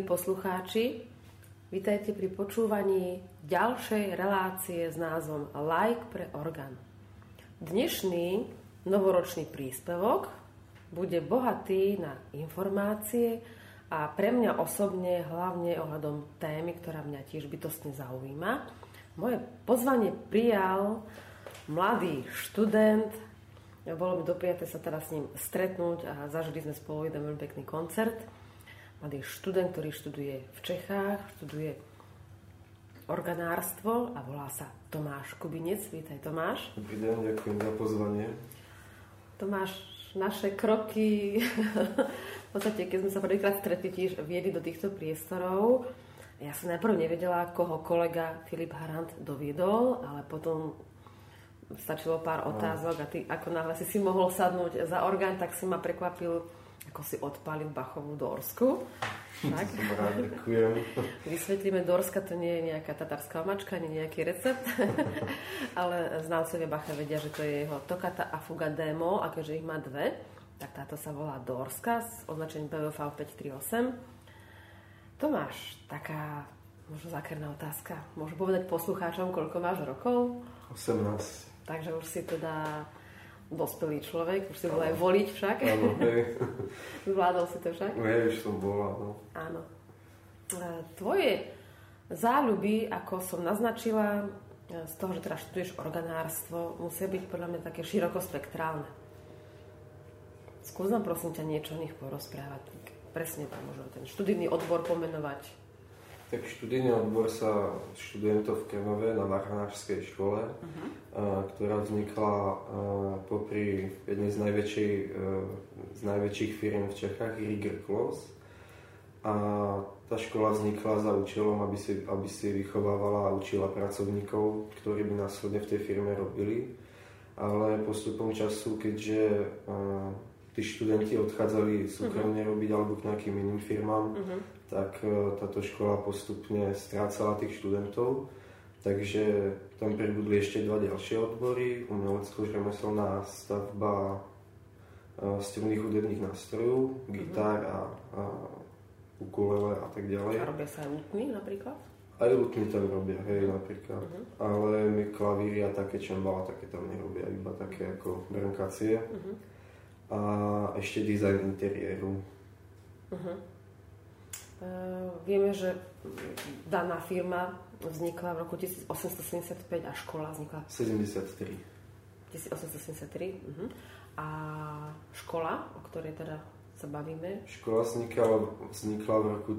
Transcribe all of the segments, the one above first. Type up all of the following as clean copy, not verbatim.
poslucháči, vítajte pri počúvaní ďalšej relácie s názvom Like pre orgán. Dnešný novoročný príspevok bude bohatý na informácie a pre mňa osobne hlavne ohľadom témy, ktorá mňa tiež bytostne zaujíma. Moje pozvanie prijal mladý študent. Bolo mi dopriaté sa teda s ním stretnúť a zažili sme spolu jeden veľmi pekný koncert. Mladý študent, ktorý študuje v Čechách, študuje organárstvo a volá sa Tomáš Kubinec. Vítaj, Tomáš. Dobrý deň, ďakujem za pozvanie. Tomáš, naše kroky, v podstate, keď sme sa prvýkrát stretli, tiež viedli do týchto priestorov. Ja som najprv nevedela, koho kolega Filip Harant doviedol, ale potom stačilo pár otázok a ty, ako náhle si mohol sadnúť za orgán, tak si ma prekvapil, ako si odpálil Bachovú Dorsku. Tak? Som rád, ďakujem. Vysvetlíme, Dorska to nie je nejaká tatarská omačka, nie nejaký recept, ale znalcovia Bacha vedia, že to je jeho Toccata a Fuga D-moll, a keďže ich má dve, tak táto sa volá Dorska s označením BWV 538. Tomáš, taká možno zákerná otázka. Môžu povedať poslucháčom, koľko máš rokov? 18. Takže už si teda dospelý človek, už si bol aj voliť však. Áno, hej. Zvládol si to však? Hej, už som bola, no. Áno. Tvoje záľuby, ako som naznačila, z toho, že teda študuješ organárstvo, musia byť podľa mňa také širokospektrálne. Skús nám prosím ťa niečo o nich porozprávať. Presne tam možno ten študijný odbor pomenovať. Tak študijný odbor študujem to v Krnove na varhanárskej škole, ktorá vznikla popri jednej z najväčších firiem v Čechách, Rieger Klos. A tá škola vznikla za účelom, aby si vychovávala a učila pracovníkov, ktorí by následne v tej firme robili. Ale postupom času, keďže tí študenti odchádzali súkromne robiť alebo k nejakým iným firmám, tak táto škola postupne strácala tých študentov. Takže tam pribudli ešte dva ďalšie odbory, umelecko-remeselná stavba strunných hudebných nástrojov, gitár a ukulele a tak ďalej. A robia sa aj lutny napríklad? Aj lutny tam robia, hej, napríklad. Ale my klavíry a také čembala, také tam nerobia, iba také ako brnkacie. A ešte dizajn interiéru. Vieme, že daná firma vznikla v roku 1875 a škola vznikla 73. 1873. A škola, o ktorej teda sa bavíme? Škola vznikla v roku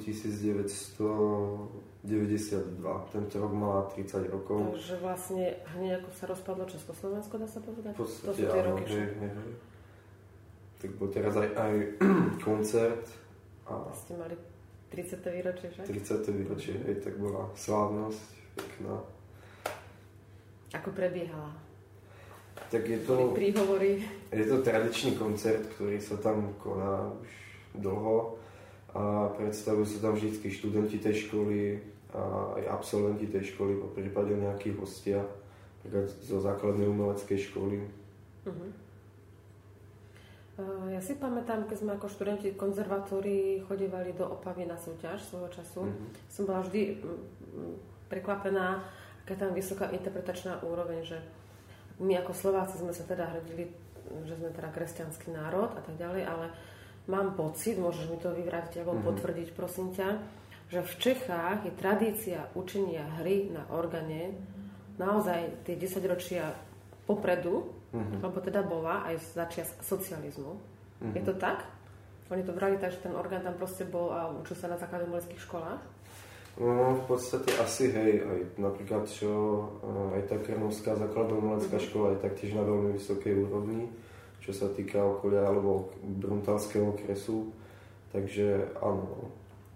1992. Tento rok mala 30 rokov. Takže vlastne hneď ako sa rozpadlo Československo, dá sa povedať? V podstate áno, hej. Tak bol teraz aj koncert. A ste mali 30. výročie, však? 30. výročie, hej, tak bola slávnosť, pekná. Ako prebiehala? Tak je to... Príhovory? Je to tradičný koncert, ktorý sa tam koná už dlho a predstavujú sa tam vždy študenti tej školy a aj absolventi tej školy, po prípade nejakých hostia, napríklad zo základnej umeleckej školy. Ja si pamätám, keď sme ako študenti konzervatórii chodívali do Opavy na súťaž svojho času. Som bola vždy prekvapená, aká tam vysoká interpretačná úroveň, že my ako Slováci sme sa teda hrdili, že sme teda kresťanský národ a tak ďalej, ale mám pocit, môžeš mi to vyvrátiť alebo potvrdiť, prosím ťa, že v Čechách je tradícia učenia hry na organe naozaj tie 10 ročia popredu, lebo teda bola aj začias socializmu. Je to tak? Oni to brali tak, že ten orgán tam proste bol a učil sa na základných umeleckých školách? No, v podstate asi hej, aj napríklad aj tá Krnovská základná umelecká škola je taktiež na veľmi vysokej úrovni, čo sa týka okolia alebo Bruntalského okresu, takže áno.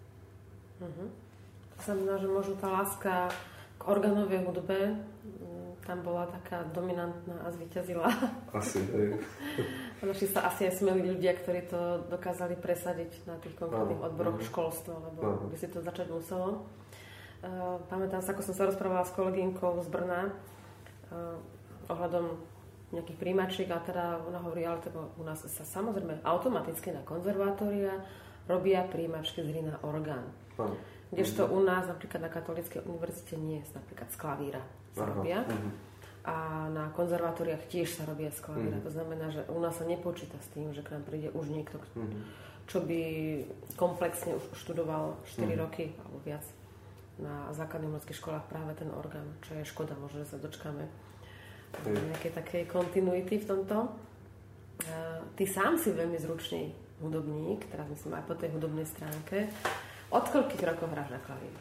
To znamená, že možno tá láska k organovej hudbe tam bola taká dominantná a zvíťazila. Asi, hej. Našli sa asi aj smelí ľudia, ktorí to dokázali presadiť na tých konkrétnych odboroch školstva, lebo by si to začať muselo. Pamätám sa, ako som sa rozprávala s kolegynkou z Brna ohľadom nejakých príjmačiek a teda ona hovorí, ale teda u nás sa samozrejme automaticky na konzervatória robia príjmačky z hry na orgán. Kdežto u nás napríklad na Katolíckej univerzite nie, napríklad z klavíra sa robia. A na konzervatóriách tiež sa robia z klavíra. To znamená, že u nás sa nepočíta s tým, že k nám príde už niekto, čo by komplexne už študoval 4 roky alebo viac na základných umeleckých školách práve ten orgán, čo je škoda, možno, že sa dočkáme nejakej takej kontinuity v tomto. Ty sám si veľmi zručný hudobník, teraz myslím aj po tej hudobnej stránke. Od koľkých rokov hráš na klavíri?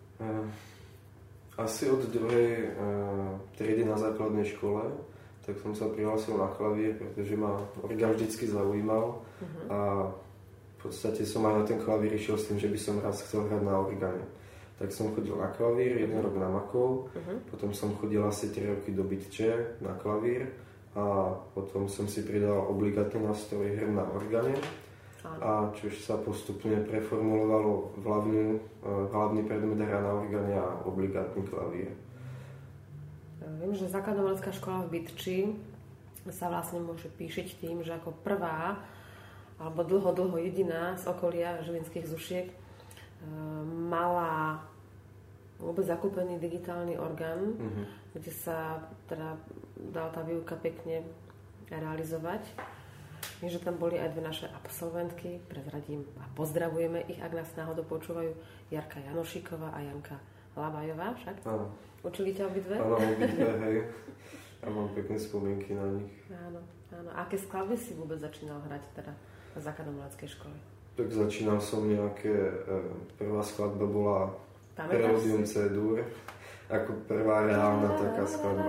Asi od druhej triedy na základnej škole, tak som sa prihlásil na klavír, pretože ma orgán vždycky zaujímal a v podstate som aj na ten klavír išiel s tým, že by som raz chcel hrať na orgáne. Tak som chodil na klavír, 1 rok na Makov, potom som chodil asi 3 roky do Bytče na klavír a potom som si pridal obligátny nástroj hru na orgáne. A čož sa postupne preformulovalo v hlavný predmet hra na orgáne a obligátny klavír. Viem, že základná umelecká škola v Bytči sa vlastne môže píšiť tým, že ako prvá alebo dlho jediná z okolia žilinských Zušiek mala vôbec zakúpený digitálny orgán, kde sa teda dala tá výuka pekne realizovať. Viem, že tam boli aj 2 naše absolventky, prezradím a pozdravujeme ich, ak nás náhodou počúvajú, Jarka Janošíková a Janka Labajová, však? Áno. Učili ťa obidve? Áno, obidve, hej. A mám pekné spomienky na nich. Áno. A aké skladby si vôbec začínal hrať teda na základnej umeleckej škole? Tak začínal som prvá skladba bola Preludium C-dur, ako prvá reálna taká skladba.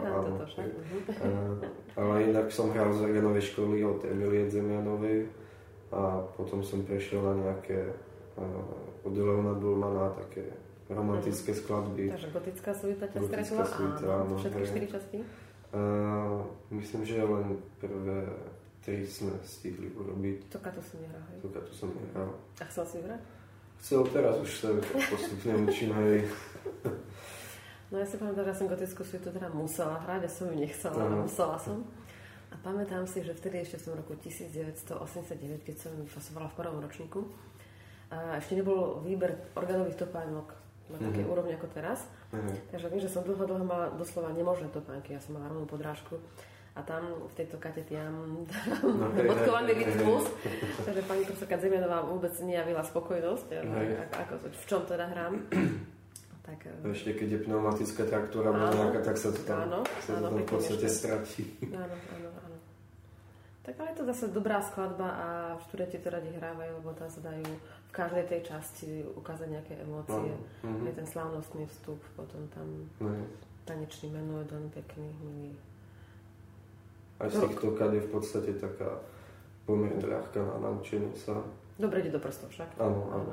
Ale inak som hral z organovej školy od Emilie Zemianovej a potom som prešiel na nejaké od Leona Bulmana také romantické skladby. Takže gotická suita ťa stretla? Áno. Všetky 4 časti? Myslím, že len prvé 3 sme stihli urobiť. Tokato som nehral, hej? Tokato som nehral. A chcel si hrať? Chcel, teraz už sa postupne učím, hej. No ja si pamätám, že ja som gotickú suitu teda musela hrať, ja som ju nechcela, ale musela som. A pamätám si, že vtedy ešte v tom roku 1989, keď som vyfasovala v 1. ročníku, ešte nebol výber orgánových topánok na takej úrovni ako teraz. Takže viem, že som dlho mala doslova nemožné topánky, ja som mala rovnú podrážku. A tam v tejto katete ja mám bodkovaný rytmus, takže pani profesorka Zemianová vôbec nejavila spokojnosť, v čom teda hrám. Tak, ešte keď je pneumatická traktora nejaká, tak sa to tam v podstate stratí. Áno. Tak ale je to zase dobrá skladba a študenti to radi hrávajú, lebo tam sa dajú v každej tej časti ukázať nejaké emócie. Je ten slávnostný vstup, potom tam tanečný menuedon pekný, milý. Aj z týchto kad je v podstate taká pomerne ľahká na naučenie sa. Dobre ide do prstov však. Áno.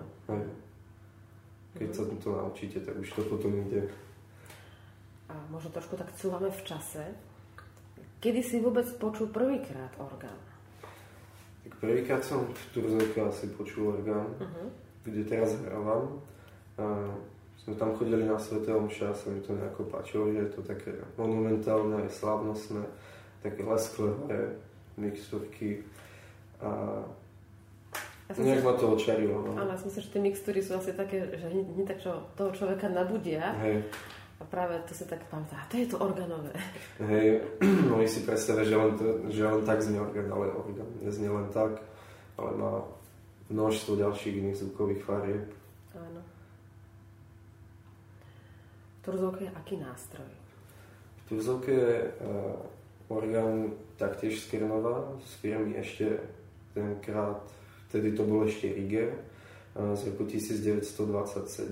Keď sa to naučíte, tak už to potom ide. A možno trošku tak cúvame v čase. Kedy si vôbec počul prvýkrát orgán? Tak prvýkrát som v Turzovke asi počul orgán, kde teraz hrávam. Sme tam chodili na sväté omše a sa mi to nejako páčilo, že je to také monumentálne, aj slávnostné, také lesklé hore, mixtúrky a nejak ma to očarilo. Áno, ja si myslím, že tie mixtúry sú asi také, že nie tak, čo toho človeka nabudia. Hej. A práve to si tak pamätá, to je to orgánové. Hej, oni si predstavia, že len tak znie orgán, ale orgán neznie len tak, ale má množstvo ďalších iných zvukových farieb. Áno. V Turzovke je aký nástroj? V Turzovke je orgán taktiež z Krnova, z firmy ešte tenkrát, vtedy to bol ešte Riger, z roku 1927.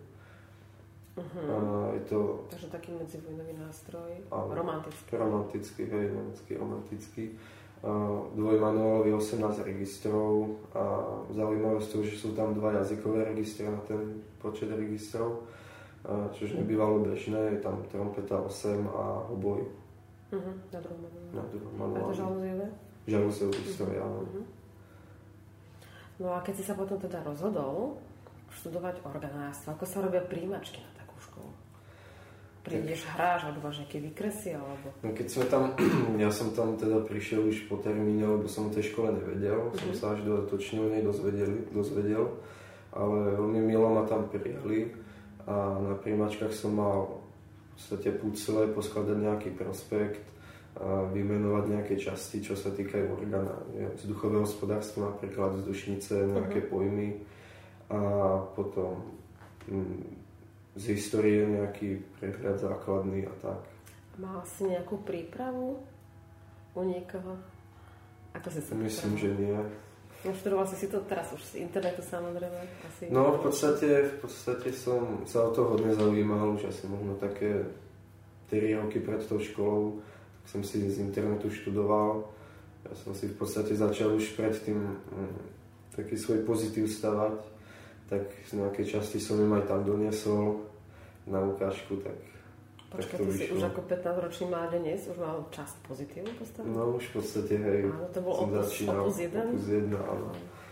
Je to... Takže taký medzivojnový nástroj, romantický. Romantický, hej, nemecký romantický. Dvojmanuálový 18 registrov a zaujímavé z toho, že sú tam 2 jazykové registre na ten počet registrov, čož nebývalo bežné, je tam trompeta 8 a oboj. Na druhom manuáli. A to žalúziové? Žalúziové registre, áno. No a keď si sa potom teda rozhodol študovať organáctvo, ako sa robia príjmačky na takú školu? prídeš, hráš, alebo máš nejaké výkresy, alebo... No keď sme tam, ja som tam teda prišiel už po termíne, lebo som o tej škole nevedel, som sa až dodatočne o nej dozvedel, ale veľmi milo ma tam prijali a na príjmačkách som mal v podstate pucle, poskladať nejaký prospekt, a vymenovať nejaké časti, čo sa týkajú orgána, vzduchové hospodárstvo, napríklad vzdušnice, nejaké pojmy a potom z histórie nejaký prehľad základný a tak. Mal si nejakú prípravu u niekoho? Ako si sa Myslím, že nie. No, študoval si to teraz už z internetu samozrejme? Asi. No v podstate som sa o to hodne zaujímal, už asi možno také 3 roky pred tou školou, tak som si z internetu študoval. Ja som si v podstate začal už predtým taký svoj pozitív stavať, tak z nejakej časti som im aj tam doniesol na ukážku, tak Počkaj, ty si už ako 15-ročný mládenec už mal časť pozitívu postaviť? No už v podstate, hej. Áno, to bol opus 1? Opus 1, áno.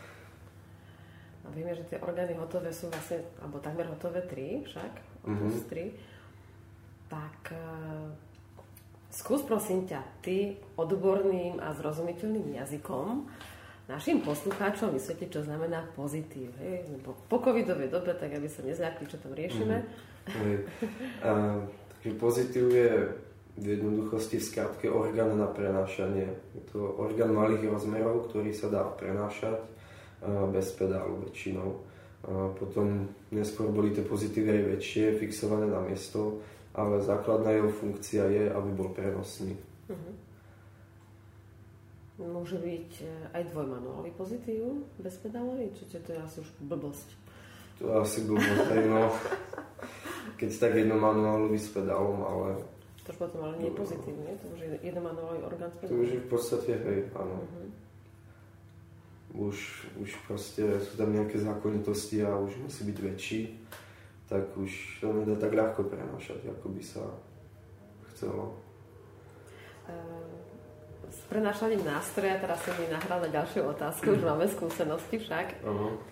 A vieme, že tie orgány hotové sú vlastne, alebo takmer hotové 3 však, opus 3. Tak skús prosím ťa, ty odborným a zrozumiteľným jazykom našim poslucháčom vysvetliť, čo znamená pozitív. Hej? Po covidovej dobe, tak aby sa nezľakli, čo tam riešime. Takže pozitív je v jednoduchosti v skratke orgán na prenášanie. Je to orgán malých rozmerov, ktorý sa dá prenášať bez pedálu väčšinou. Potom neskôr boli tie pozitívy aj väčšie, fixované na miesto, ale základná jeho funkcia je, aby bol prenosný. Môže byť aj dvojmanuálový pozitív bez pedálový? Čiže to je asi už blbosť. To je asi blbosť, no. Keď tak jednomanuálový s pedálom, ale... To už potom ale nie je pozitívne, to už je jednomanuálový orgán s pedálom. To už je v podstate, hej, áno. Už proste sú tam nejaké zákonitosti a už musí byť väčší, tak už to nedá tak ľahko prenášať, ako by sa chcelo. S prenášaním nástroja teraz si mi nahral na ďalšiu otázku, už máme skúsenosti však.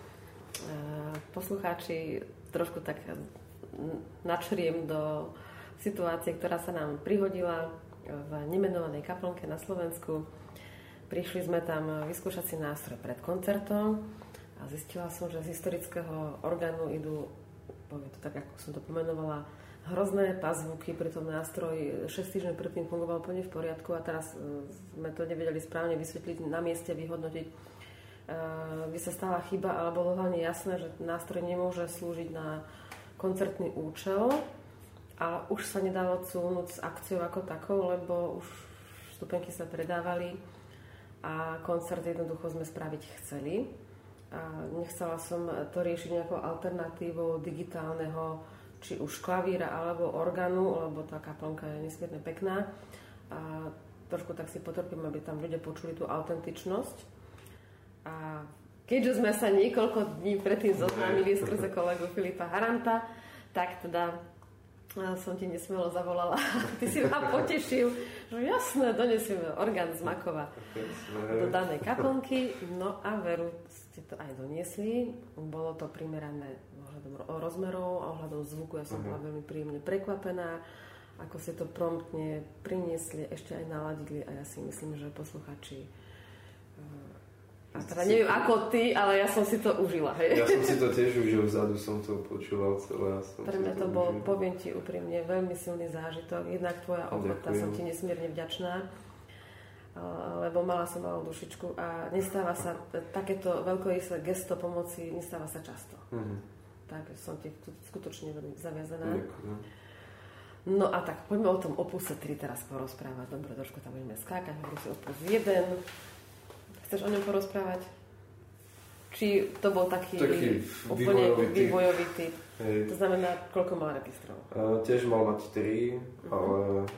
Poslucháči, trošku tak načriem do situácie, ktorá sa nám prihodila v nemenovanej kaplnke na Slovensku. Prišli sme tam vyskúšať si nástroj pred koncertom a zistila som, že z historického orgánu idú, poviem to tak, ako som to pomenovala, hrozné pazvuky pri tom nástroji. 6 týždňov predtým fungoval plne v poriadku a teraz sme to nevedeli správne vysvetliť, na mieste vyhodnotiť, kde sa stala chyba, ale bolo hlavne jasné, že nástroj nemôže slúžiť na koncertný účel, ale už sa nedalo cúnuť s akciou ako takou, lebo už vstupenky sa predávali a koncert jednoducho sme spraviť chceli. A nechcela som to riešiť nejakou alternatívou digitálneho či už klavíra alebo orgánu, lebo tá kaplnka je nesmierne pekná a trošku tak si potrpím, aby tam ľudia počuli tú autentičnosť. A keďže sme sa niekoľko dní predtým zoznámili skrze kolegu Filipa Haranta, tak teda som ti nesmielo zavolala. Ty si ma potešil, že jasné, donesieme orgán z Makova do danej kaplnky. No a veru, ste to aj doniesli. Bolo to primerané ohľadom rozmerov a ohľadom zvuku. Ja som bola veľmi príjemne prekvapená, ako ste to promptne priniesli, ešte aj naladili a ja si myslím, že posluchači a teda neviem ako ty, ale ja som si to užila. Hej? Ja som si to tiež užil, vzadu som to počúval celé. Pre mňa to bol, poviem ti úprimne, veľmi silný zážitok. Jednak tvoja ochota, som ti nesmierne vďačná, lebo mala som malú dušičku a nestáva sa takéto veľkorysé gesto pomoci, nestáva sa často. Tak som ti skutočne veľmi zaviazaná. No a tak, poďme o tom opuse 3 teraz porozprávať. Dobre, trošku tam budeme skákať, hovorím si opus 1. Chceš o ňom porozprávať? Či to bol taký úplne vývojový typ? Hej. To znamená, koľko mal registrov? Tiež mal mať 3, ale...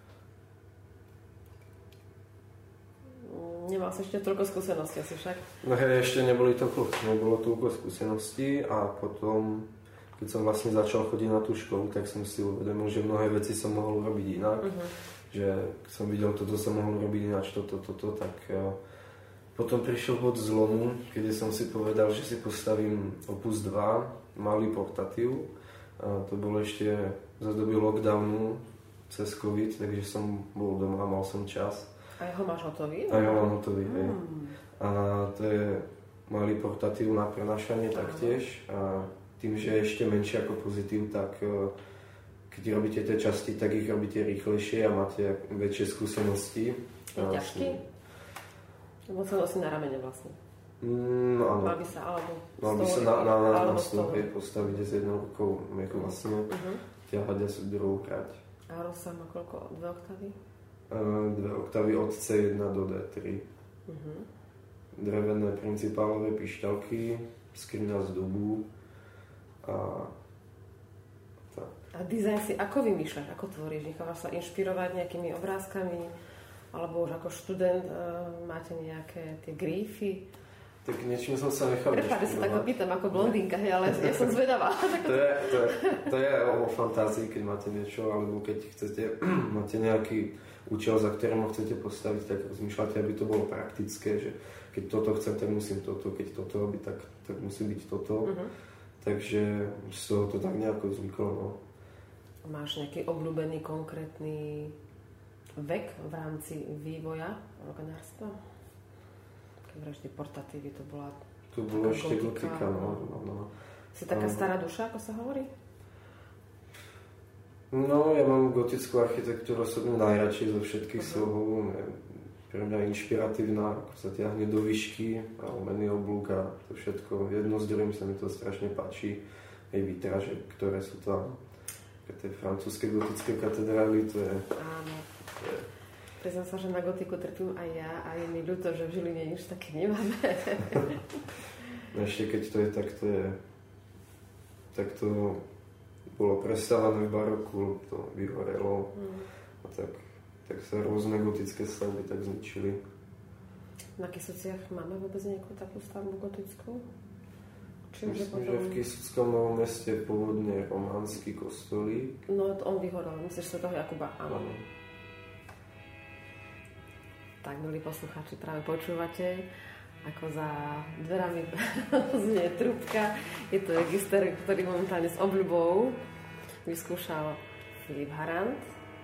Nemal som ešte toľko skúseností asi však? No hej, ešte nebolo toľko skúseností a potom, keď som vlastne začal chodiť na tú školu, tak som si uvedomil, že mnohé veci som mohol robiť inak. Že keď som videl, toto som mohol robiť ináč, toto, tak... Potom prišiel bod zlomu, keď som si povedal, že si postavím opus 2, malý portatív. To bolo ešte za doby lockdownu cez COVID, takže som bol doma a mal som čas. A ho máš hotový? A ja mám hotový, hej. A to je malý portatív na prenášanie taktiež. A tým, že je ešte menšie ako pozitív, tak keď robíte tie časti, tak ich robíte rýchlejšie a máte väčšie skúsenosti. Je ťažký? Lebo sa nosí na ramene vlastne. No áno. Mal by sa, alebo mal by sa na stôl postaviť s jednou rukou, ako vlastne ťahať a druhú krať. A rozsah má koľko? 2 oktávy? 2 oktávy od C1 do D3. Drevené principálové pišťalky, skriňa z dubu a tak. A dizajn si ako vymýšľaš, ako tvoríš? Nechávaš sa inšpirovať nejakými obrázkami? Alebo už ako študent máte nejaké tie grífy? Tak niečím som sa nechal inšpirovať. Prepáč, že sa tak pýtam ako blondínka, ale ja som zvedavá. To je o fantázii, keď máte niečo, alebo keď chcete, máte nejaký účel, za ktorým ho chcete postaviť, tak rozmýšľate, aby to bolo praktické, že keď toto chcem, tak musím toto, keď toto robiť, tak musí byť toto. Takže z toho to tak nejako vzniklo. No. Máš nejaký obľúbený konkrétny vek v rámci vývoja organárstva? Keď vraždy portatívy, to bola... To bolo ešte gotika, no. Si taká stará duša, ako sa hovorí? No, ja mám gotickú architektúru osobne najradšej zo všetkých slovov. Pre mňa inšpiratívna, ako sa ťahne do výšky a umený oblúk a to všetko. Jedno z druhým sa mi to strašne páči. Aj výtraže, ktoré sú tam. Tie francúzske gotické katedrály, to je... Áno. Priznám sa, že na gotiku trpím aj ja a je mi ľúto, že v Žiline nič také nemáme. Ešte keď to je, tak to bolo prestávané v baroku, to vyhorelo. A tak sa rôzne gotické stavby tak zničili. Na Kysuciach máme vôbec nejakú takú stavbu gotickú? Myslím, že v Kysuckom Novom Meste je pôvodne románsky kostolík. No, on vyhorel. Myslíš Svätého Jakuba? Áno. Tak, milí poslucháči, práve počúvate, ako za dverami znie trúbka. Je to register, ktorý momentálne s obľubou vyskúšal Filip Harant.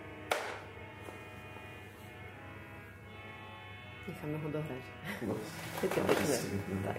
Necháme ho dohrať. No, je to pekné. Tak.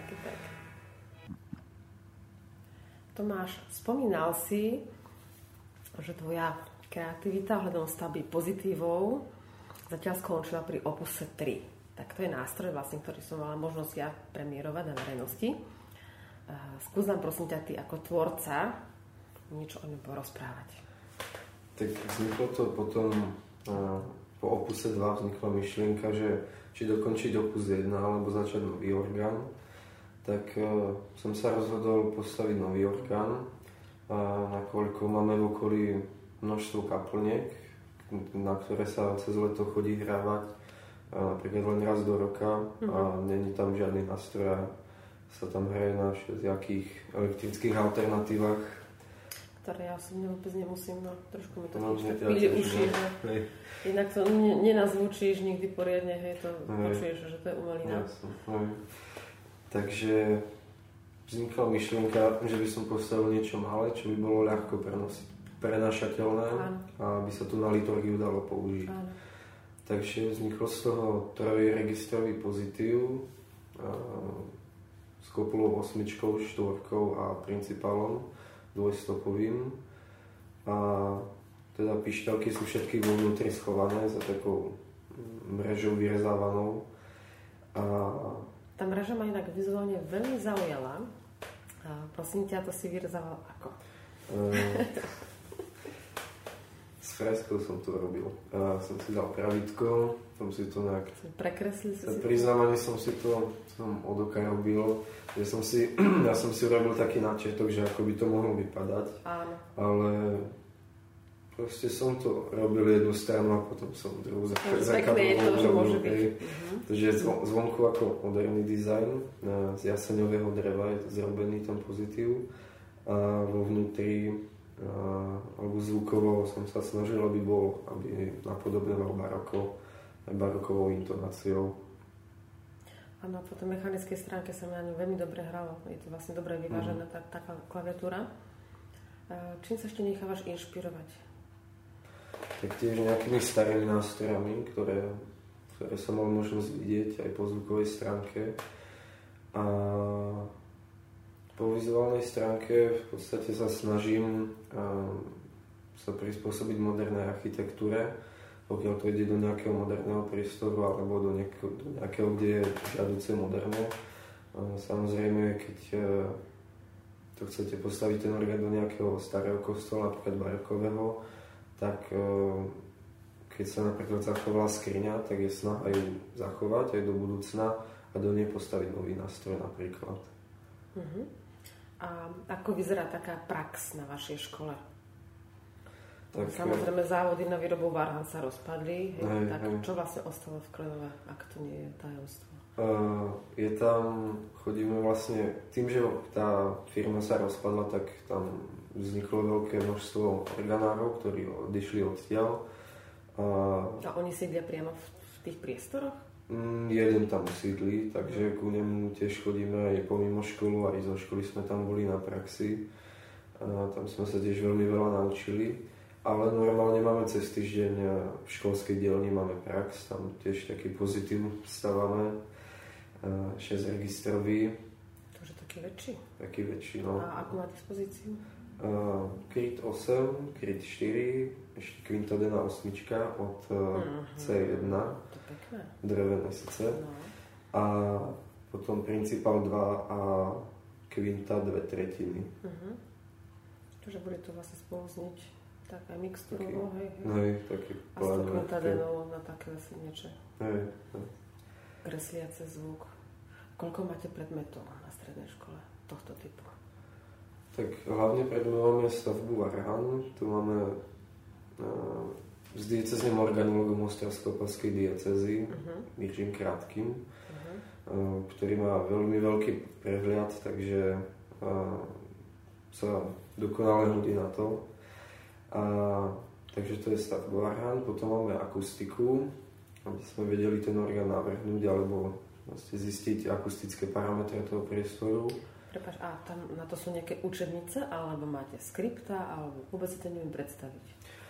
Tomáš, spomínal si, že tvoja kreativita ohľadom stavby pozitívov zatiaľ skončila pri opuse 3. Tak to je nástroj, vlastne, ktorý som mala možnosť ja premiérovať na verejnosti. Skús nám prosím ťa ty ako tvorca niečo o ňom porozprávať. Tak vzniklo to potom, po opuse 2 vznikla myšlienka, že či dokončiť opus 1 alebo začať nový orgán. Tak som sa rozhodol postaviť nový orgán, nakoľko máme v okolí množstvo kaplniek, na ktoré sa cez leto chodí hrávať napríklad len raz do roka a není tam žiadny nástroj, sa tam hraje na všetkých elektrických alternatívach. Ktoré ja osobne vôbec nemusím, no trošku mi to píli uši, že inak to nenazvučíš nikdy poriadne, hej, to počuješ, že to je umelina. Takže vznikla myšlienka, že by som postavil niečo malé, čo by bolo ľahko prenášateľné a by sa tu na liturgiu dalo použiť. Áno. Takže vzniklo z toho trojregistrový pozitív s kopulou 8, 4 a principálom dvojstopovým. A teda pišťalky sú všetky vo vnútri schované za takou mrežou vyrezávanou. Tá mreža ma inak vizuálne veľmi zaujala. Prosím ťa, to si vyrezával ako? S freskou som to robil. Som si dal pravítko, som si to nejak... Prekreslil si to? Priznávanie som si to od oka robil. Ja som si urobil taký náčrtok, že ako by to mohlo vypadať. Áno. Ale proste som to robil jednu stranu a potom som druhú zakadroval. Takže zvonku ako moderný dizajn z jaseňového dreva je to zrobený ten pozitív a vo vnútri alebo zvukovo som sa snažil, aby napodobňoval baroko aj barokovou intonáciou. Áno, po tej mechanickej stránke sa mi na ňu veľmi dobre hralo. Je to vlastne dobre vyvážená tá klaviatúra. Čím sa ešte nechávaš inšpirovať? Tak tiež nejakými starými nástrojami, ktoré som mal možnosť vidieť aj po zvukovej stránke. A po vizuálnej stránke v podstate sa snažím sa prispôsobiť modernej architektúre, pokiaľ to ide do nejakého moderného priestoru alebo do nejakého, kde je žiaduce moderné. Samozrejme, keď to chcete postaviť ten orgán do nejakého starého kostola, napríklad barokového, tak keď sa napríklad zachovala skriňa, tak je snaha ju zachovať aj do budúcna a do nej postaviť nový nástroj napríklad. Uh-huh. A ako vyzerá taká prax na vašej škole? Tak, samozrejme závody na výrobu varhán sa rozpadli, čo vlastne ostalo v Klenove, ak to nie je tajomstvo? Chodíme vlastne, tým, že tá firma sa rozpadla, tak tam vzniklo veľké množstvo organárov, ktorí odišli odtiaľ. A oni sídlia priamo v tých priestoroch? Jeden tam sídli, takže ku nemu tiež chodíme aj pomimo školu, aj zo školy sme tam boli na praxi. Tam sme sa tiež veľmi veľa naučili. Ale normálne máme cez týždeň v školskej dielni máme prax, tam tiež taký pozitív stávame, 6 registrový. Takže taký väčší? Taký väčší, no. A akú má dispozíciu? Kryt 8, kryt 4, ešte kvintadena 8 od C1, to pekné. Drevené sice. No. A potom principál 2 a kvinta 2/3. Takže bude to vlastne spolu zniť taká mixtúrovo, taký a s to kvintadenou na také asi niečo. Hej. Kresliace zvuk. Koľko máte predmetov na strednej škole tohto typu? Tak hlavne predmetujeme stavbu varhán. Tu máme s diecezným organologom Ostravsko-Opavskej diecezy, Jiřím Krátkým, ktorý má veľmi veľký prehľad, takže sa dokonale hodí na to. Takže to je stavba varhán. Potom máme akustiku, aby sme vedeli ten orgán navrhnúť alebo vlastne zistiť akustické parametre toho priestoru. Prepáč, a tam na to sú nejaké učebnice, alebo máte skripta, alebo vôbec si to neviem predstaviť?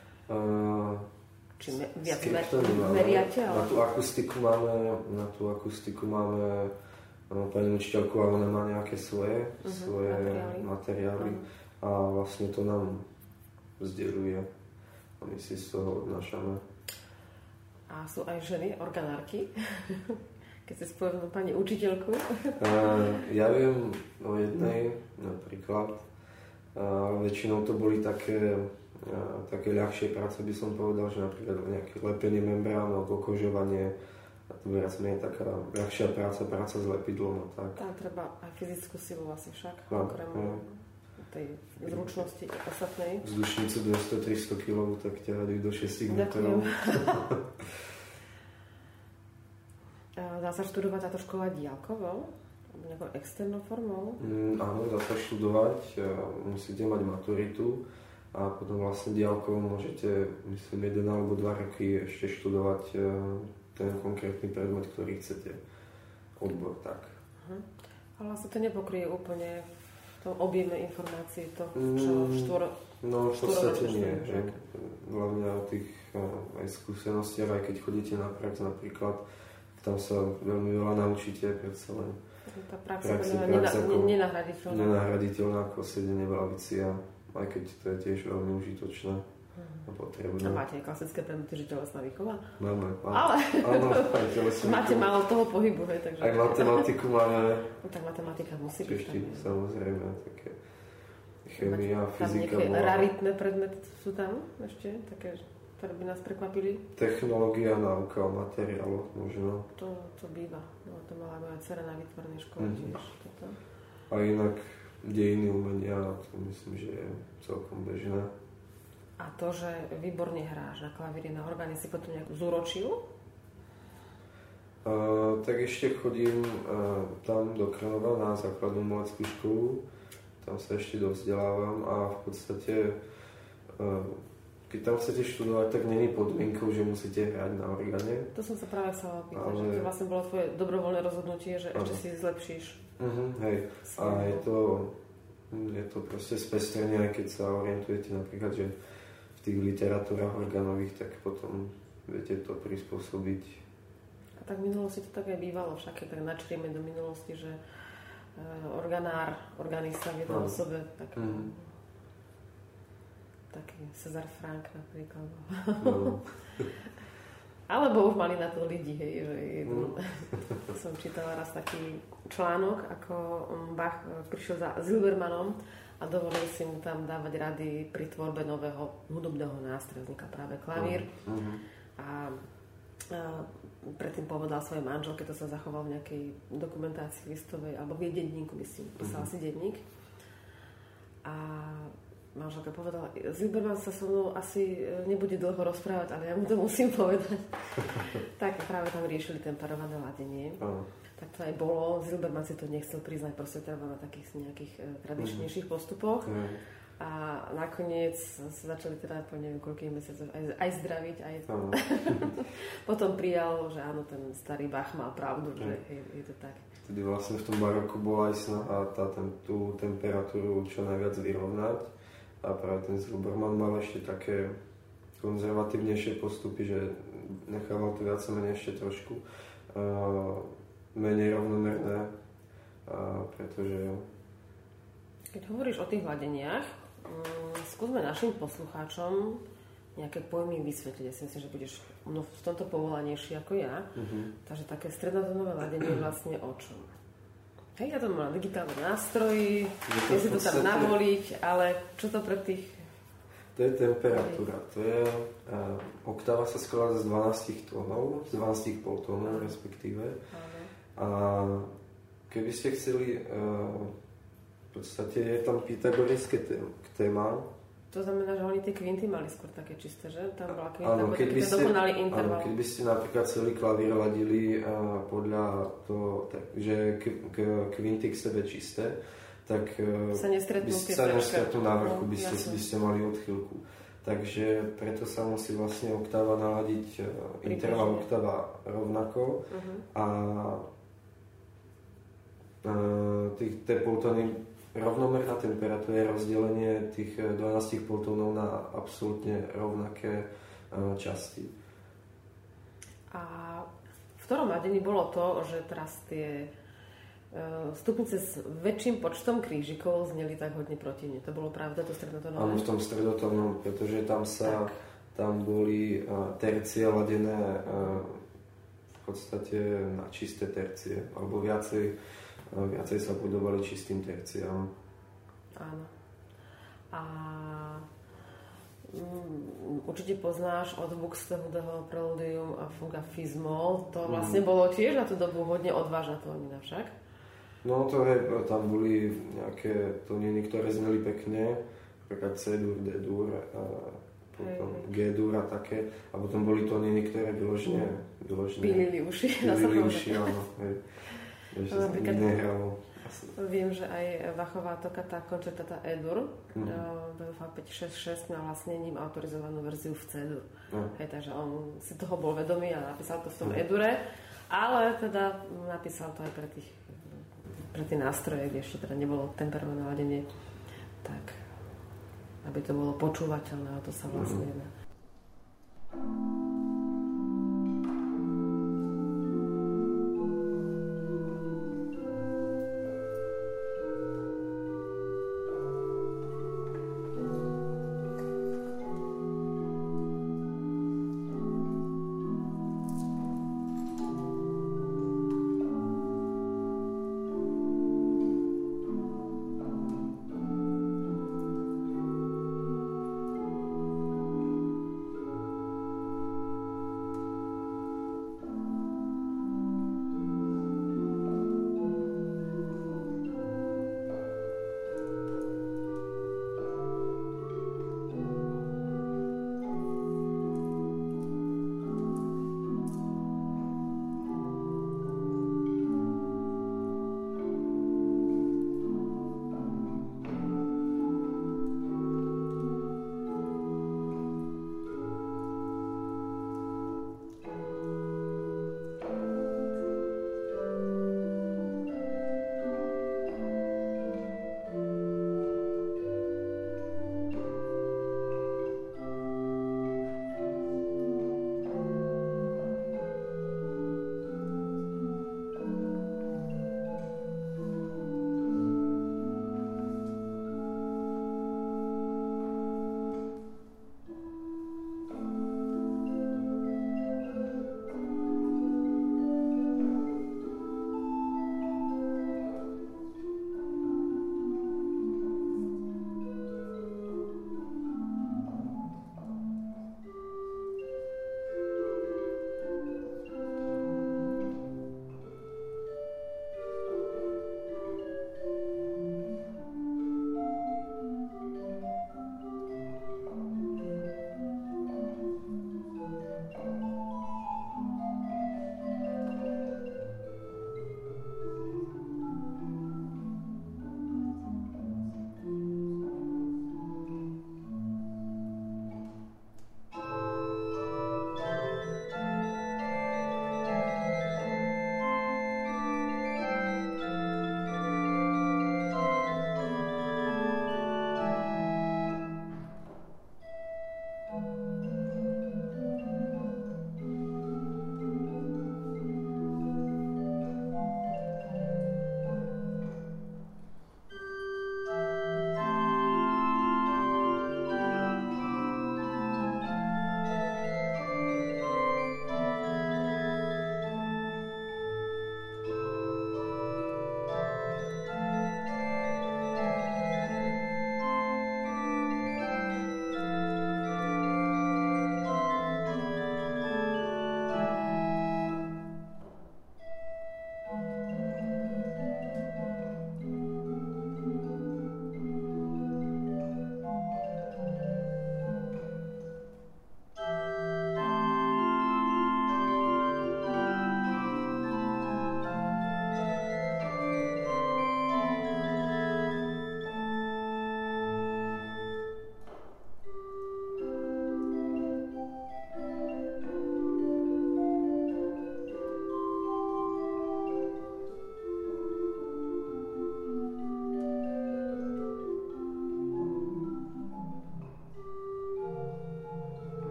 Či viac meriate? Na tú akustiku máme pani učiteľku, ale ona má nejaké svoje materiály a vlastne to nám vzdeluje a my si z toho odnášame. A sú aj ženy organárky? Keď si spomenul pani učiteľku? Ja viem o jednej napríklad, ale väčšinou to boli také ľahšie práce, by som povedal, že napríklad nejaké lepenie membránov, okožovanie, a to viac menej taká ľahšia práca s lepidlom a tak. Tam treba aj fyzickú silu asi však, okrem tej zručnosti ostatnej. Vzdušnicu 200-300 kg, tak ťa hľadajú do 6 metrov. Dá sa študovať táto škola diaľkovo? Nejakou externou formou? Áno, dá sa študovať. Musíte mať maturitu a potom vlastne diaľkovo môžete, myslím, 1 alebo 2 roky ešte študovať ten konkrétny predmet, ktorý chcete. Odbor, tak. Ale vlastne to nepokryje úplne v tom objeme informácií, to čo No v podstate nie. Hlavne o tých aj skúsenostiach, aj keď chodíte na prax napríklad, tam sa veľmi veľa naučíte, predsa len tá prax nenahraditeľná. Nenahraditeľná ako sedenie v lavici, aj keď to je tiež veľmi užitočné a potrebné. A máte klasické predmety, že telesná výchova? Máme. Ale máte málo toho pohybu, hej, takže... Aj matematiku máme. No tak matematika musí byť. Samozrejme, také chémia, fyzika. Tam nejaké raritné predmety sú tam ešte, také, ktoré by nás prekvapili? Technológia, náuka o materiáloch možno. To býva. No, to mala moja dcera na výtvarnej škole tiež. Toto. A inak dejiny umenia, to myslím, že je celkom bežné. A to, že výborne hráš na klavíri, na orgáne, si potom nejak zúročil? Tak ešte chodím tam do Krnova na základnú umeleckú školu. Tam sa ešte dovzdelávam a v podstate keď tam chcete študovať, tak není podmienkou, že musíte hrať na orgáne. To som sa práve chcela opýtať, že to vlastne bolo tvoje dobrovoľné rozhodnutie, že ešte si zlepšíš. Hej. A je to Je to proste spestrenie, aj keď sa orientujete napríklad, že v tých literatúrach organových, tak potom viete to prispôsobiť. A tak v minulosti to tak aj bývalo, však keď tak načrieme do minulosti, že organár, organista v jednej osobe, tak taký Cezar Frank napríklad. No. Alebo už mali na to lidi, hej, že som čítala raz taký článok, ako Bach prišiel za Silbermannom a dovolil si mu tam dávať rady pri tvorbe nového hudobného nástroja, vzniká práve klavír. A predtým povedal svojej manželke, to sa zachoval v nejakej dokumentácii listovej, alebo v jej denníku, myslím, písal si denník. A manželka povedala, Silbermann sa so mnou asi nebude dlho rozprávať, ale ja mu to musím povedať. Tak práve tam riešili temperované ladenie. Tak to aj bolo. Silbermann si to nechcel priznať, proste trval na takých nejakých tradičnejších postupoch. A nakoniec sa začali teda po neviem koľkých mesiacoch aj zdraviť. Aj potom prijal, že áno, ten starý Bach mal pravdu, že je to tak. Tedy vlastne v tom baroku bola aj snaha tú temperatúru čo najviac vyrovnať. A práve ten Silbermann mal ešte také konzervatívnejšie postupy, že nechával to viac menej ešte trošku menej rovnomerné, pretože... Keď hovoríš o tých hladeniach, skúsme našim poslucháčom nejaké pojmy vysvetliť. Ja si myslím, že budeš v tomto povolanejší ako ja. Takže také strednotónové ladenie je vlastne o čom? Hej, ja to mám na digitálnom nástroji, je si to tam navoliť, ale čo to pre tých... To je temperatúra, to je... oktáva sa skladá z 12 tónov, z 12 poltónov respektíve. A keby ste chceli... v podstate je tam pythagorické téma. To znamená, že oni tie kvinty mali skôr také čisté, že? Tam bola kvinta, taký dokonalý interval. Keď by ste napríklad celý klavír ladili podľa toho, že kvinty k sebe čisté, tak sa nestretnú na vrchu, by ste mali odchýlku. Takže preto sa musí vlastne oktáva naladiť interval oktáva rovnako a tie poltóny, rovnomerná temperatúra je rozdelenie tých 12 poltónov na absolútne rovnaké časti. A v ktorom ladení bolo to, že teraz tie stupnice s väčším počtom krížikov zneli tak hodne protivne? To bolo práve toto strednotónové? Áno, v tom strednotónnom, pretože tam boli tercie ladené v podstate na čisté tercie, alebo viacej sa budovali čistým terciám. Áno. A určite poznáš od Buxtehudeho Preludium a Fuga Fis-Moll. To vlastne bolo tiež na tú dobu hodne odvážna tónina však? No to je, tam boli nejaké tóniny, ktoré zneli pekne, napríklad C-dur, D-dur, potom G-dur a také. A potom boli tóniny, ktoré vyložne pílili uši. Áno, hej. Viem, že aj Bachová tokata Concertata E-dur BWV 566 má vlastne ním autorizovanú verziu v C-dur. Takže on si toho bol vedomý a napísal to v tom E-dure, ale teda napísal to aj pre tie nástroje, kde ešte teda nebolo temperované ladenie, tak aby to bolo počúvateľné, a to sa vlastne jedná.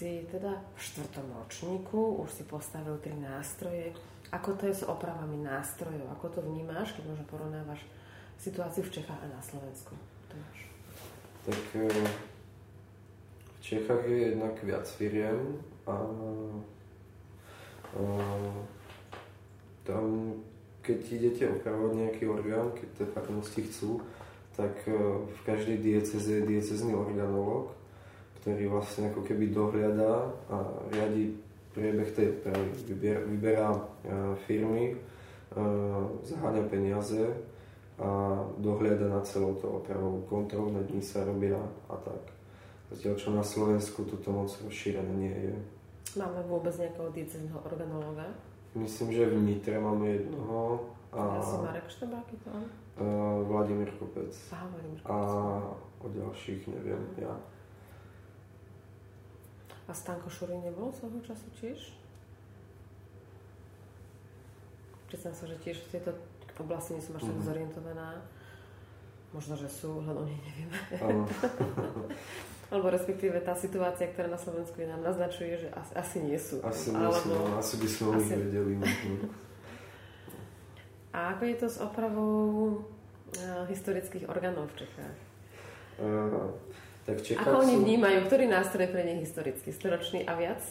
si teda v 4. ročníku, už si postavil 3 nástroje. Ako to je s opravami nástrojov? Ako to vnímáš, keď možno porovnávaš situáciu v Čechách a na Slovensku? Tomáš. Tak v Čechách je jednak viac firiem a tam, keď idete opravovať nejaký orgán, keď tie farnosti chcú, tak v každej diecéze je diecézny organológ, ktorý vlastne ako keby dohliada a riadi priebeh tej opravy. Vyberá firmy, zaháňa peniaze a dohliada nad celou tou opravou. Kontrolné dni sa robia a tak. Zatiaľ, čo na Slovensku toto moc rozšírené nie je. Máme vôbec nejakého diecézneho organológa? Myslím, že v Nitre máme jednoho. Asi Marek Štebáky to? Vladimír Kopec. Aha, Vladimír Kopec. A o ďalších neviem ja. A Stanko Šurín nebol svojho času tiež? Priznám sa, že tiež v tejto oblasti nie som až tak zorientovaná. Možno, že sú, len o nej nevieme. Alebo respektíve tá situácia, ktorá na Slovensku je, nám naznačuje, že asi nie sú. Asi nie sú, no, asi by sme o nich vedeli. A ako je to s opravou historických orgánov v Čechách? Tak Čechách ako oni vnímajú? Ktorý nástroj pre nich historický? Storočný a viac?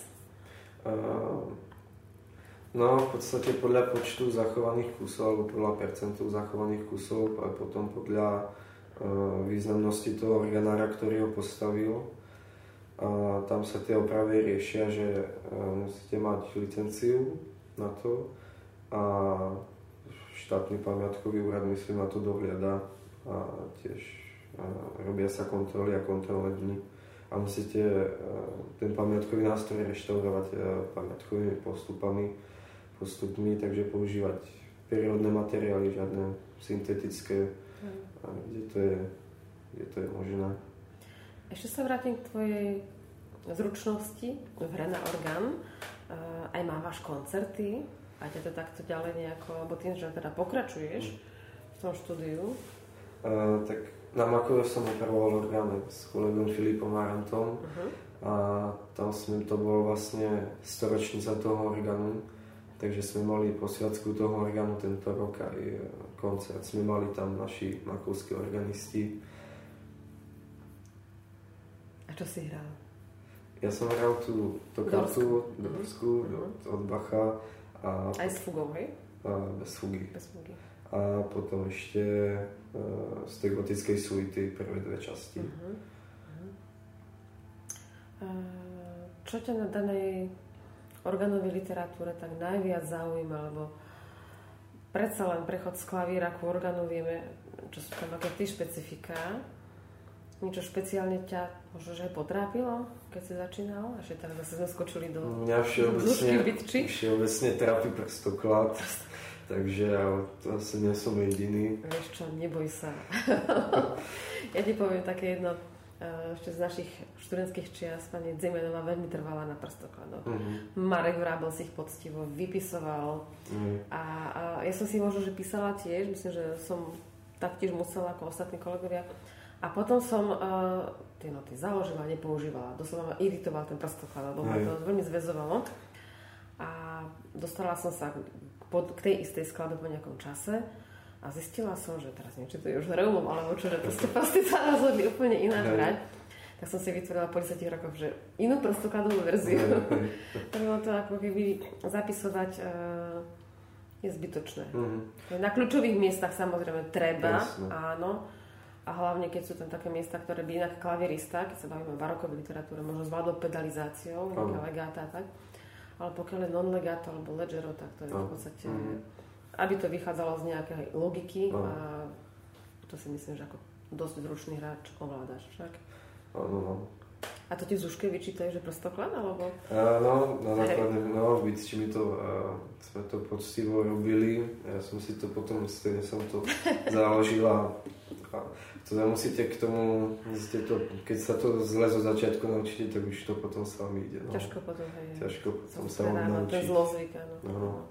No, v podstate podľa počtu zachovaných kusov alebo podľa percentu zachovaných kusov a potom podľa významnosti toho organára, ktorý ho postavil. A tam sa tie opravy riešia, že musíte mať licenciu na to a štátny pamiatkový úrad, myslím, na to dohliada a tiež robia sa kontroly a kontrolné dni. A musíte ten pamiatkový nástroj reštaurovať pamiatkovými postupmi, takže používať periódne materiály, žiadne syntetické, kde to je možné. Ešte sa vrátim k tvojej zručnosti v hre na orgán. Aj mávaš koncerty, a ťa to takto ďalej nejako, alebo tým, že teda pokračuješ v tom štúdiu? Tak na Makove som opravoval orgány s kolegom Filipom Arantom a tam to bolo vlastne 100-ročnica toho orgánu, takže sme mali posviacku toho orgánu tento rok aj koncert. Sme mali tam naši makovskí organisti. A čo si hral? Ja som hral tú kartu Dorskú od Bacha. Aj s fugou, hej? Bez fugy. Bez fugy. A potom ešte z tej gotickej suity prvé 2 časti. Čo ťa na danej organovej literatúre tak najviac zaujíma, lebo predsa len prechod z klavíra ku orgánu vieme, čo sú tam aké tie špecifiká. Niečo špeciálne ťa možno, že potrápilo, keď si začínal? Až teraz zase sme skočili do mňa všeobecne trápi prstoklad, takže ja to asi nie som jediný. Vieš čo, neboj sa. Ja ti poviem také jedno, ešte z našich študentských čias, pani Dzimenová veľmi trvala na prstokladoch. Marek Vrábel si ich poctivo vypisoval. A ja som si možno, že písala tiež, myslím, že som taktiež musela ako ostatní kolegovia. A potom som tie noty založila, nepoužívala. Doslova ma iritoval ten prstoklad, lebo ma to veľmi zväzovalo. A dostala som sa k tej istej skladbe po nejakom čase a zistila som, že teraz neviem, či to je už reumom, alebo čo, že proste sa rozhodli úplne ináč hrať. Tak som si vytvorila po 10 rokoch, že inú prostokladovú verziu. Bolo to ako keby zapisovať je zbytočné. Na kľúčových miestach samozrejme treba, áno. A hlavne, keď sú tam také miesta, ktoré by inak klavierista, keď sa bavíme o barokovej literatúre, možno zvládol pedalizáciou, nejaké legáta a tak. Ale pokiaľ je non-legato alebo leggero, tak to je v podstate, aby to vychádzalo z nejakej logiky a to si myslím, že ako dosť zručný hráč ovládaš však. A to ti v Zuške vyčítajú, že prostoklad, alebo? Na základne, v Bicči mi to, sme to poctivo robili. Ja som si to potom, stejne som to založila. To musíte k tomu, keď sa to zle zo začiatku naučíte, tak už to potom s vami ide. No. Ťažko potom, hej. Ťažko potom sa vám naučiť. Ten zlozvyk, áno.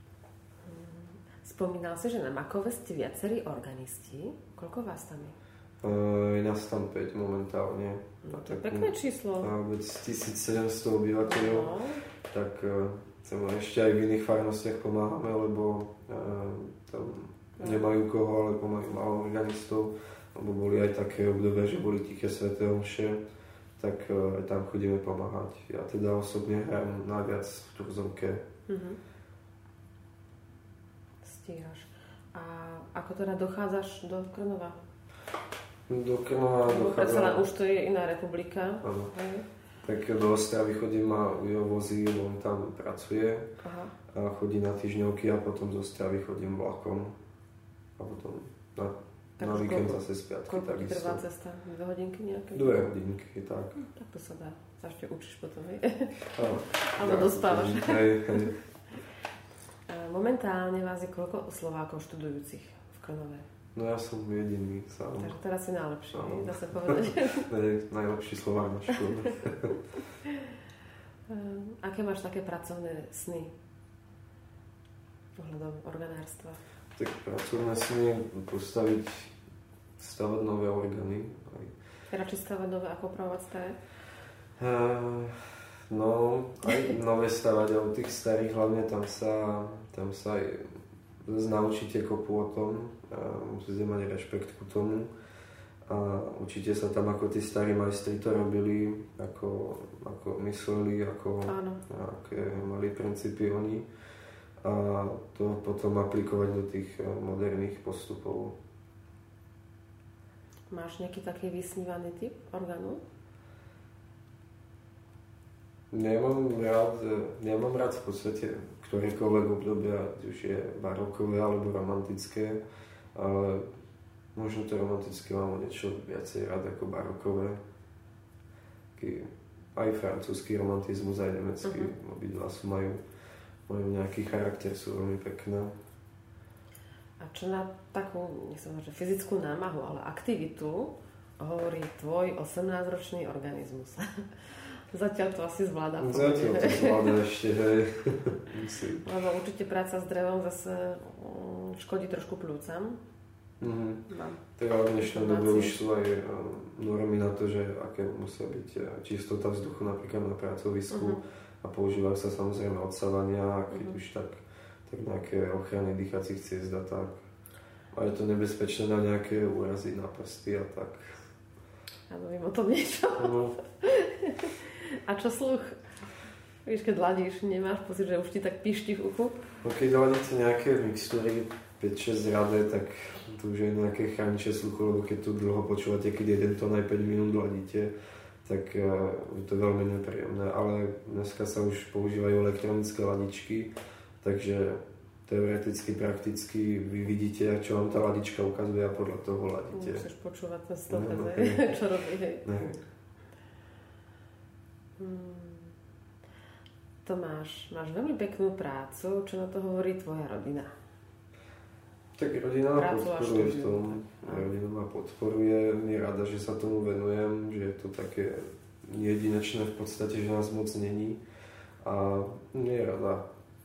Spomínal si, že na Makove ste viacerí organisti. Koľko vás tam je? Je nás tam 5 momentálne. No, to je pekné číslo. A vôbec 1700 obyvateľov. No. Tak ešte aj v iných farnostiach pomáhame, lebo tam nemajú koho, alebo majú málo organistov. Lebo boli aj také obdobia, že boli tiché sväté omše, tak aj tam chodíme pomáhať. Ja teda osobne hrajem najviac v Turzonke. Stíhaš. A ako teda dochádzaš do Krnova? Do Krnova dochádzam. Predsa len už to je iná republika. Áno. Tak do Ostravy chodím a Ujo vozí, on tam pracuje. Aha. A chodí na týždňovky a potom z Ostravy chodím vlakom. A potom na víkend zase z piatky. Koľko trvá cesta? 2 hodinky nejaké? 2 hodinky, tak. Tak to sa dá. Sa ešte učíš potom, hej? Alebo dospávaš. Hej. Momentálne vás je koľko Slovákov študujúcich v Krnove? No ja som jediný sám. Takže teraz si najlepší, dá sa povedať. Najlepší Slovák na škole. Aké máš také pracovné sny ohľadom organárstva? Tak pracovné sny stavať nové orgány. Radšej stavať nové, ako opravovať staré? No, aj nové stavať, ale u tých starých hlavne tam sa aj naučíte kopu o tom, musíte mať rešpekt ku tomu a učíte sa tam, ako tí starí majstri to robili, ako mysleli, aké mali princípy oni a to potom aplikovať do tých moderných postupov. Máš nejaký taký vysnívaný typ orgánu? Nemám rád v podstate ktorékoľvek obdobia, už je barokové alebo romantické, ale možno to romantické mám o niečo viacej rád ako barokové. Aj francúzsky romantizmus, aj nemecký, obidva majú nejaký charakter, sú veľmi pekné. A čo na takú, nechcem povedať, fyzickú námahu, ale aktivitu hovorí tvoj 18-ročný organizmus? Zatiaľ to asi zvláda. Zatiaľ to zvláda ešte, hej. Lebo určite práca s drevom zase škodí trošku pľúcam. Tak ale v dnešnej dobe už sú aj normy na to, že aké musia byť čistota vzduchu napríklad na pracovisku a používajú sa samozrejme odsávania, keď už tak nejaké ochrany dýchacích ciest a tak. A je to nebezpečné na nejaké úrazy na prsty a tak. Áno, viem o tom niečo. A čo sluch? Víš, keď ladíš, nemáš pocit, že už ti tak pišti v uchu? No keď ladíte nejaké mixtúry 5-6 radé, tak to už je nejaké chrániče sluchu, lebo keď tu dlho počúvate, keď jeden tón aj 5 minút ladíte, tak je to veľmi nepríjemné. Ale dneska sa už používajú elektronické ladičky, takže teoreticky, prakticky vy vidíte, čo vám tá ladička ukazuje a podľa toho ladíte. Musíš počúvať ten stopec, čo robí, hej. Tomáš, máš veľmi peknú prácu. Čo na to hovorí tvoja rodina? Tak rodina ma podporuje v tom. Rodina ma podporuje. Je rada, že sa tomu venujem, že je to také jedinečné v podstate, že nás moc není. A je rada.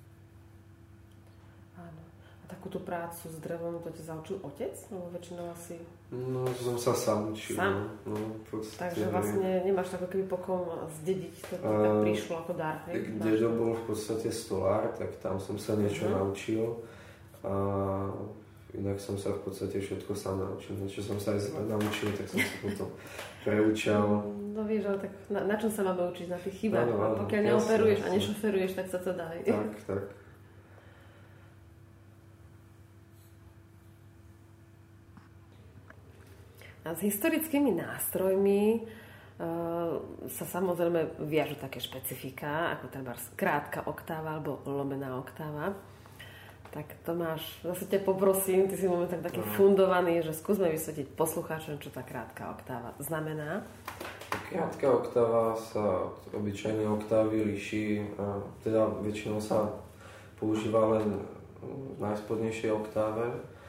Áno. A takúto prácu s drevom to ti zaučil otec? Lebo väčšinou asi... No, som sa sám učil. Sám? No, takže vlastne nemáš tak keby pokom zdediť, to tak prišlo ako dar, hej? Dedo bol v podstate stolár, tak tam som sa niečo naučil. A inak som sa v podstate všetko sám naučil. Niečo som sa aj zle naučil, tak som sa potom preučal. No vieš, ale tak na čom sa máme učiť? Na tých chybách. Pokiaľ neoperuješ a nešoferuješ, tak sa to dá. Tak. A s historickými nástrojmi sa samozrejme viažu také špecifika, ako tá krátka oktáva alebo lomená oktáva. Tak Tomáš, zase ťa poprosím, ty si moment taký fundovaný, že skúsme vysvetliť poslucháčom, čo tá krátka oktáva znamená. Krátka oktáva sa od obyčajnej oktávy líši, teda väčšinou sa používa len v najspodnejšej oktáve.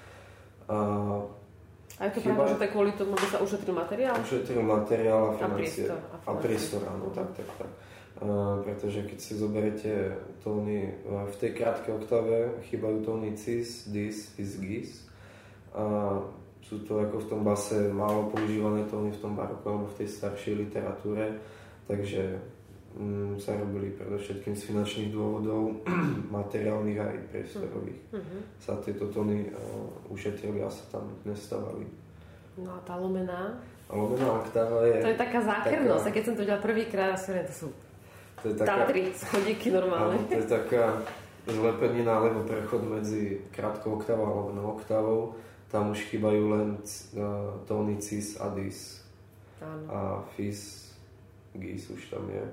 A je to pravda, že to je kvôli tomu, aby sa ušetril materiál? Ušetril materiál a financie. A priestor, áno, tak. Pretože keď si zoberete tóny, v tej krátkej oktáve chýbajú tóny cis, dis, fis, gis. A sú to ako v tom base málo používané tóny v tom baroku alebo v tej staršej literatúre, takže sa robili predovšetkým z finančných dôvodov, materiálnych aj priestorových. Sa tieto tóny ušetrili a sa tam nestávali. No a tá lomená? A lomená oktáva je... To je taká zákernosť, a keď som to videla prvýkrát, to sú Tatry, schodíky normálne. Áno, to je taká zlepenina alebo prechod medzi krátkou oktávou a lomenou oktávou. Tam už chýbajú len tóny cis a dis. Áno. A fis, gis už tam je.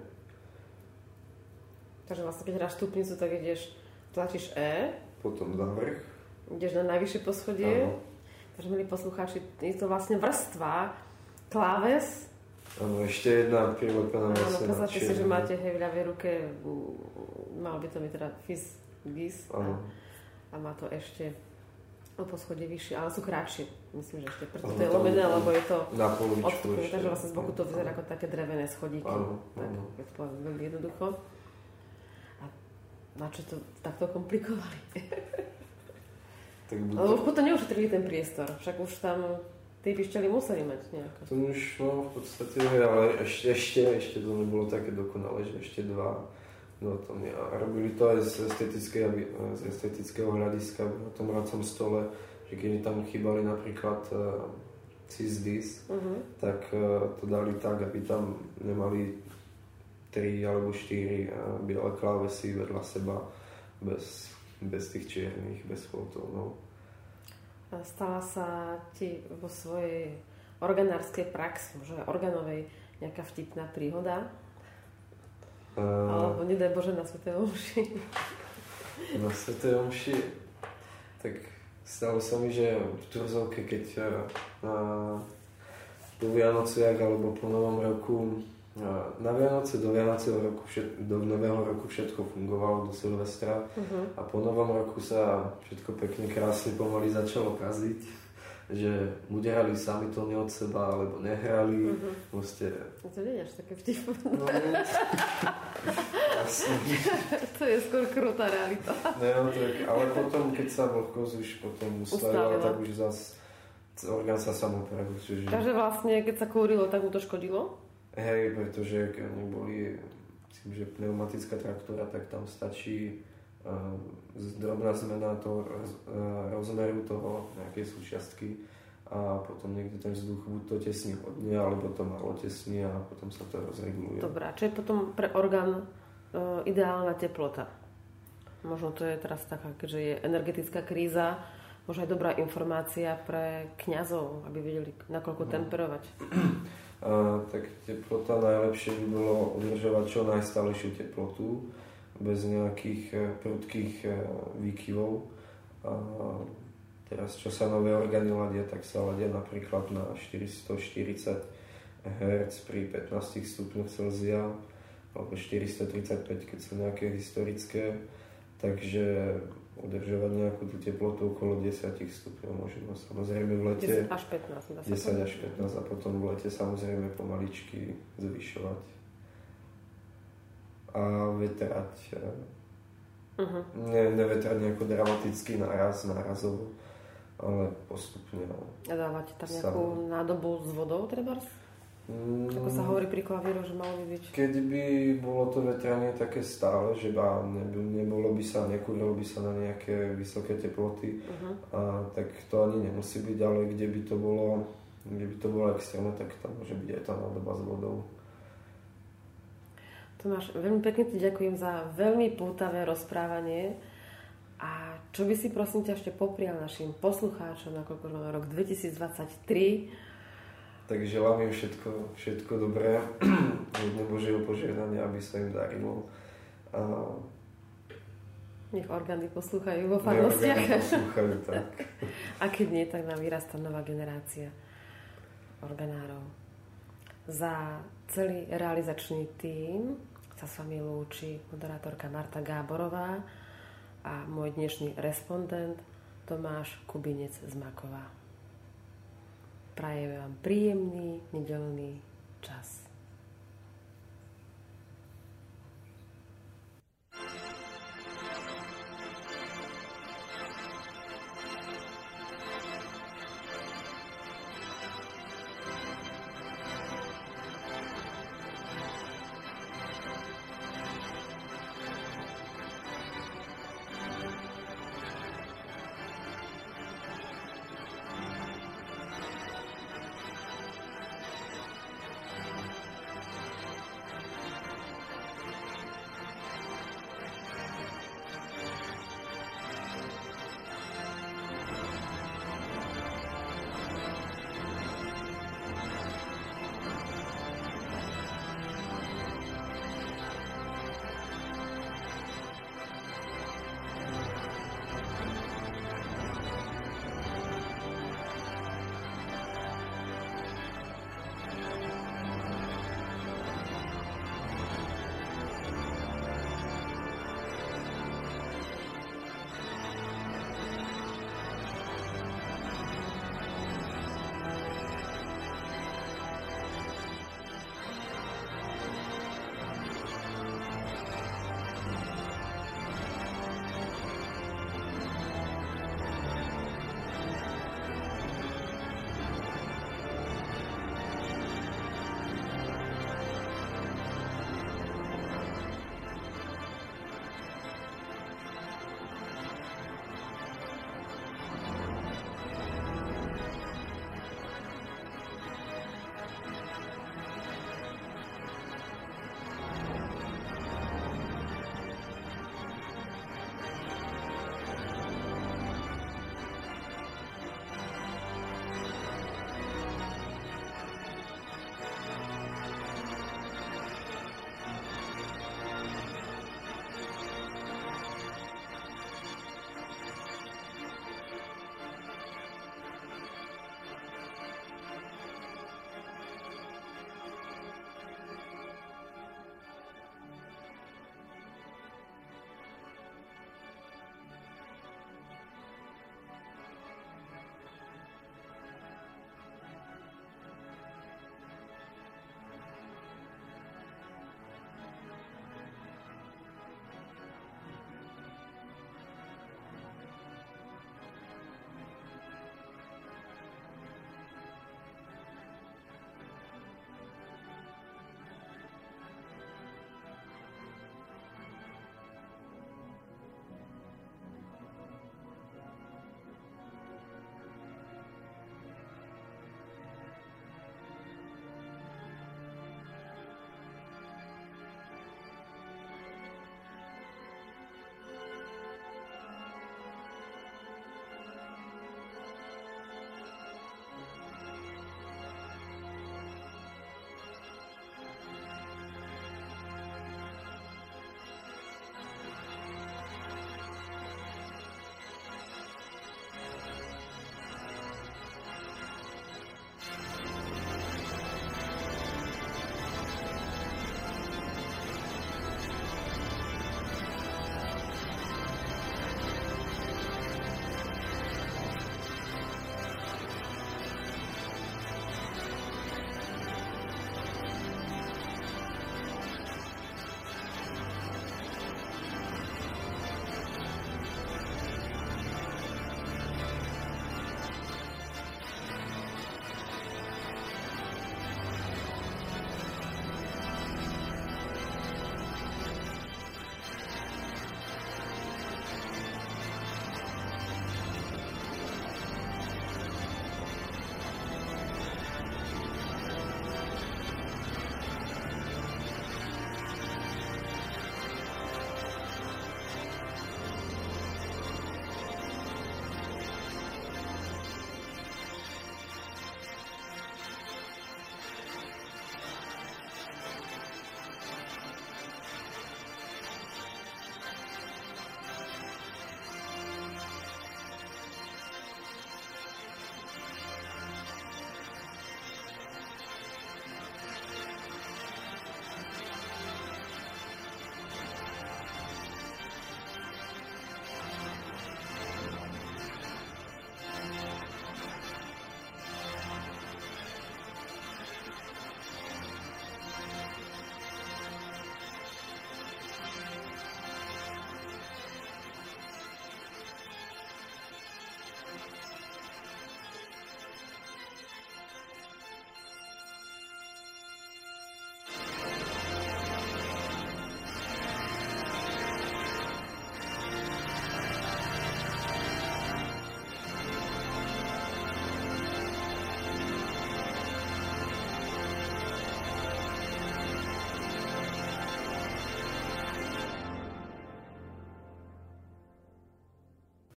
Takže vlastne keď hráš stupnicu, tak ideš, tlačíš E. Potom navrch. Ideš na najvyššie poschodie. Áno. Takže milí poslucháči, je to vlastne vrstva, kláves. Áno, ešte jedna prilepená vlastne. Áno, pozrite si, že máte v ľavej ruke, mal by to byť teda fis, gis. A má to ešte o poschodie vyššie, ale sú krátšie. Myslím, že ešte preto to je lomené, lebo je to odstupné, takže vlastne z boku to vyzerá ako také drevené schodíky. Áno. Tak to poviem veľmi jednoducho. A na čo to takto komplikovali? Ale už potom neušetrili ten priestor, však už tam tí pišťali museli mať nejako. To už v podstate, ale ešte to nebolo také dokonalé, že ešte dva tóny. A robili to aj z estetického hľadiska na tom hracom stole, že keď tam chýbali napríklad cis-dis, tak to dali tak, aby tam nemali 3 alebo 4 biele klávesy vedľa seba bez tých čiernych, bez poltónov. Stala sa ti vo svojej organárskej praxi, možno aj organovej, nejaká vtipná príhoda? Alebo nedaj Bože na Svätej omši? Na Svätej omši? Tak stalo sa mi, že v Turzovke, keď po Vianociach alebo po Novom roku na Vianoce do Vianoceho roku do Nového roku všetko fungovalo do Silvestra a po Novom roku sa všetko pekne krásne pomaly začalo kaziť, že buď hrali sami to od seba alebo nehrali. Proste... To nie je až také vtipné. No, vlastne. To je skôr krutá realita. No, tak, ale potom, keď sa vlhkosť už potom ustavila, tak už zase orgán sa sám opravil. Takže vlastne, keď sa kúrilo, tak mu to škodilo? Hej, pretože keď oni boli, myslím, že pneumatická traktora, tak tam stačí drobná zmena toho rozmeru toho nejakej súčiastky a potom niekde ten vzduch buď to tesní hodne, alebo to málo tesní a potom sa to rozreguluje. Dobrá, čo je potom pre orgán ideálna teplota? Možno to je teraz taká, keďže je energetická kríza, možno aj dobrá informácia pre kňazov, aby vedeli, nakoľko temperovať. Tak teplota najlepšie by bolo udržovať čo najstálejšiu teplotu bez nejakých prudkých výkyvov. Teraz čo sa nové orgány ladia, tak sa ladia napríklad na 440 Hz pri 15 stupňoch Celzia alebo 435, keď sú nejaké historické, takže udržovať nejakú tú teplotu okolo 10 stupňov možno. Samozrejme v lete 10 až 15. 10 až 15 a potom v lete samozrejme pomaličky zvyšovať. A vetrať. Nevetrať nejako dramaticky nárazovo, ale postupne. A dávate tam nejakú nádobu s vodou trebárs? Ako sa hovorí pri klavíroch, že malo by byť? Keď by bolo to vetranie také stále, že nekúrilo by sa na nejaké vysoké teploty, tak to ani nemusí byť, ale kde by to bolo extrémne, tak tam môže byť aj tá nádoba s vodou. Tomáš, veľmi pekne ti ďakujem za veľmi pútavé rozprávanie. A čo by si prosím ťa ešte poprial našim poslucháčom, nakoľko máme rok 2023? Tak želám im všetko dobré, hodne Božieho požehnania, aby sa im darilo. Nech orgány poslúchajú vo farnostiach. Tak. A keď nie, tak nám vyrastá nová generácia organárov. Za celý realizačný tím sa s vami lúči moderátorka Marta Gáborová a môj dnešný respondent Tomáš Kubinec z Makova. Prajeme vám príjemný nedeľný čas.